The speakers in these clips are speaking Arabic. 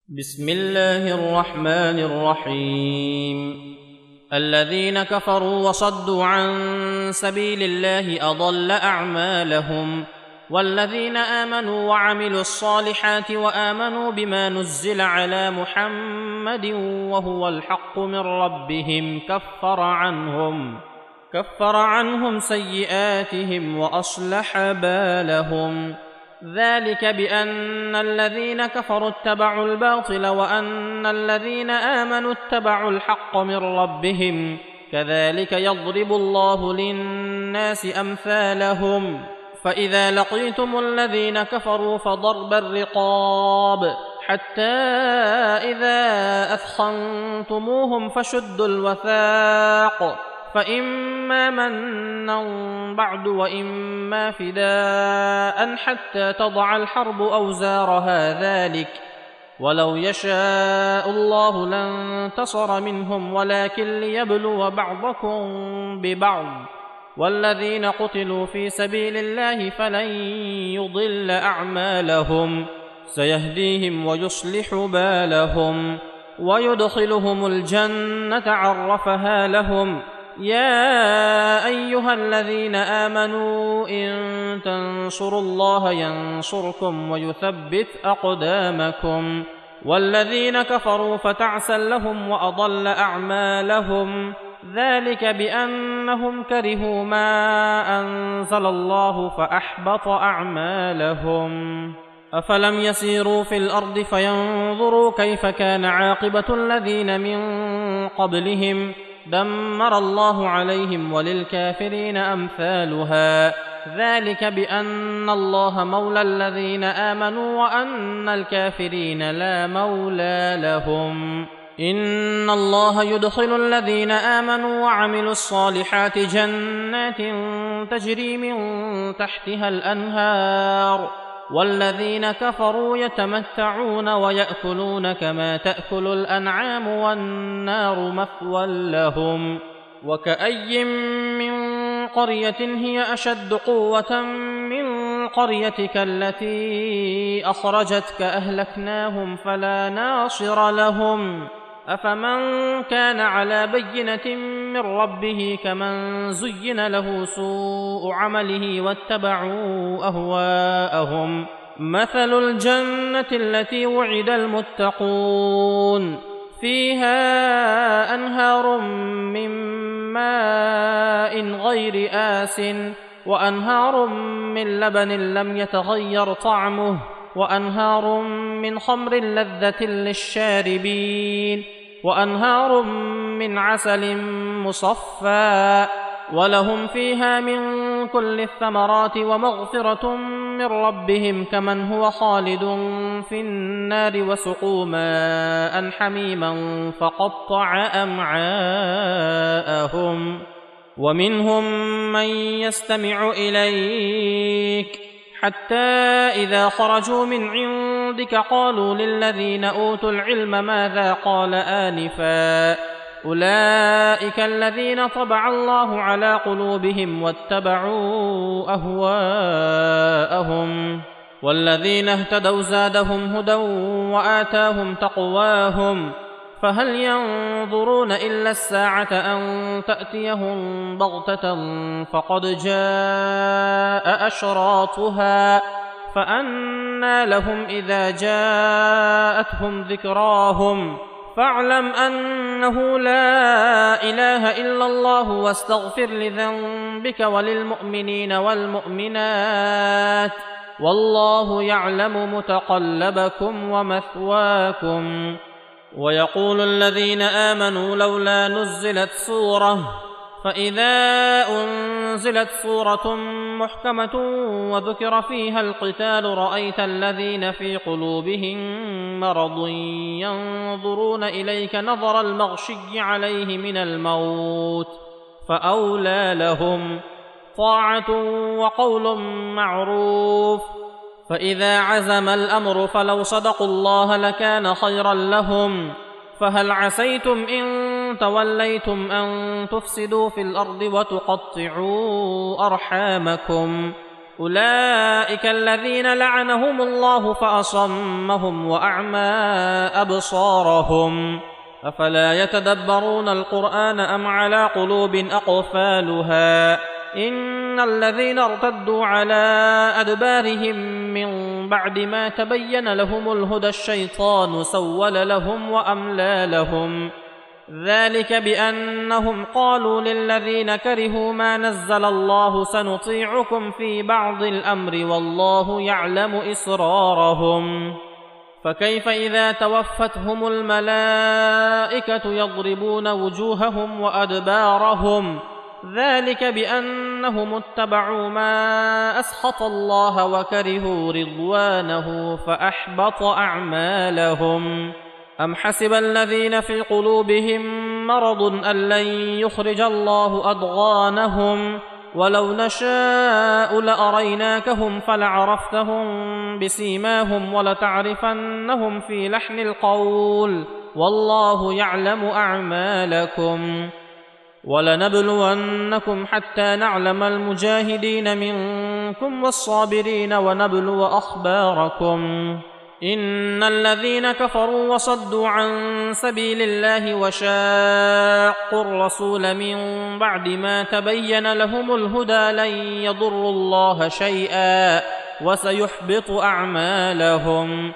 بسم الله الرحمن الرحيم. الذين كفروا وصدوا عن سبيل الله أضل أعمالهم، والذين آمنوا وعملوا الصالحات وآمنوا بما نزل على محمد وهو الحق من ربهم كفر عنهم سيئاتهم وأصلح بالهم. ذلك بأن الذين كفروا اتبعوا الباطل وأن الذين آمنوا اتبعوا الحق من ربهم، كذلك يضرب الله للناس أمثالهم. فإذا لقيتم الذين كفروا فضرب الرقاب حتى إذا أثخنتموهم فشدوا الوثاق، فإما منا بعد وإما فداء حتى تضع الحرب أوزارها، ذلك ولو يشاء الله لانتصر منهم ولكن ليبلو بعضكم ببعض. والذين قتلوا في سبيل الله فلن يضل أعمالهم، سيهديهم ويصلح بالهم ويدخلهم الجنة عرفها لهم. يا أيها الذين آمنوا إن تنصروا الله ينصركم ويثبت أقدامكم. والذين كفروا فتعسا لهم وأضل أعمالهم، ذلك بأنهم كرهوا ما أنزل الله فأحبط أعمالهم. أفلم يسيروا في الأرض فينظروا كيف كان عاقبة الذين من قبلهم، دمر الله عليهم وللكافرين أمثالها. ذلك بأن الله مولى الذين آمنوا وأن الكافرين لا مولى لهم. إن الله يدخل الذين آمنوا وعملوا الصالحات جنات تجري من تحتها الأنهار، والذين كفروا يتمتعون ويأكلون كما تأكل الأنعام والنار مثوى لهم. وكأي من قرية هي أشد قوة من قريتك التي أخرجتك أهلكناهم فلا ناصر لهم. أفمن كان على بينة من ربه كمن زين له سوء عمله واتبعوا أهواءهم. مثل الجنة التي وعد المتقون فيها أنهار من ماء غير آسٍ وأنهار من لبن لم يتغير طعمه وأنهار من خمر لذة للشاربين وأنهار من عسل مصفى، ولهم فيها من كل الثمرات ومغفرة من ربهم كمن هو خالد في النار وسقوا ماء حميما فقطع أمعاءهم. ومنهم من يستمع إليك حتى إذا خرجوا من عندك قالوا للذين أوتوا العلم ماذا قال آنفا، أولئك الذين طبع الله على قلوبهم واتبعوا أهواءهم. والذين اهتدوا زادهم هدى وآتاهم تقواهم. فهل ينظرون إلا الساعة أن تأتيهم بغتة فقد جاء أشراطها، فأنى لهم إذا جاءتهم ذكراهم. فاعلم أنه لا إله إلا الله واستغفر لذنبك وللمؤمنين والمؤمنات، والله يعلم متقلبكم ومثواكم. ويقول الذين آمنوا لولا نزلت سورة، فإذا أنزلت سورة محكمة وذكر فيها القتال رأيت الذين في قلوبهم مرض ينظرون إليك نظر المغشي عليه من الموت، فأولى لهم طاعة وقول معروف. فإذا عزم الأمر فلو صدقوا الله لكان خيرا لهم. فهل عسيتم إن توليتم أن تفسدوا في الأرض وتقطعوا أرحامكم، أولئك الذين لعنهم الله فأصمهم وأعمى أبصارهم أفلا يتدبرون القرآن أم على قلوب أقفالها إن الذين ارتدوا على أدبارهم من بعد ما تبين لهم الهدى الشيطان سول لهم وأملى لهم ذلك بأنهم قالوا للذين كرهوا ما نزل الله سنطيعكم في بعض الأمر والله يعلم إسرارهم فكيف إذا توفتهم الملائكة يضربون وجوههم وأدبارهم ذلك بأنهم اتبعوا ما أسخط الله وكرهوا رضوانه فأحبط أعمالهم أم حسب الذين في قلوبهم مرض أن لن يخرج الله أضغانهم ولو نشاء لأريناكهم فلعرفتهم بسيماهم ولتعرفنهم في لحن القول والله يعلم أعمالكم ولنبلونكم حتى نعلم المجاهدين منكم والصابرين ونبلو أخباركم إن الذين كفروا وصدوا عن سبيل الله وشاقوا الرسول من بعد ما تبين لهم الهدى لن يضروا الله شيئا وسيحبط أعمالهم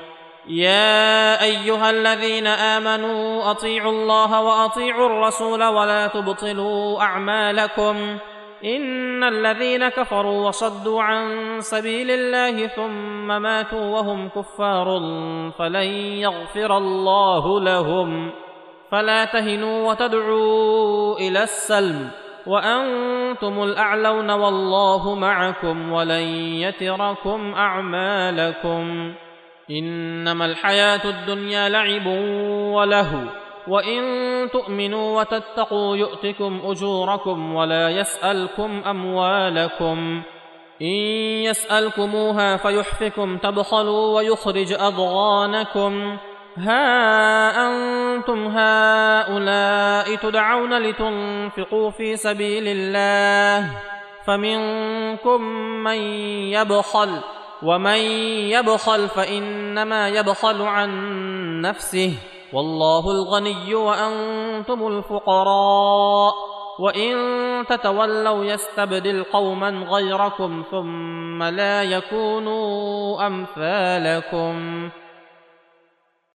يا أيها الذين آمنوا أطيعوا الله وأطيعوا الرسول ولا تبطلوا أعمالكم إن الذين كفروا وصدوا عن سبيل الله ثم ماتوا وهم كفار فلن يغفر الله لهم فلا تهنوا وتدعوا إلى السلم وأنتم الأعلون والله معكم ولن يتركم أعمالكم إنما الحياة الدنيا لعب ولهو وإن تؤمنوا وتتقوا يؤتكم أجوركم ولا يسألكم أموالكم إن يسألكموها فيحفكم تبخلوا ويخرج أضغانكم ها أنتم هؤلاء تدعون لتنفقوا في سبيل الله فمنكم من يبخل ومن يبخل فإنما يبخل عن نفسه والله الغني وأنتم الفقراء وإن تتولوا يستبدل قوما غيركم ثم لا يكونوا أمثالكم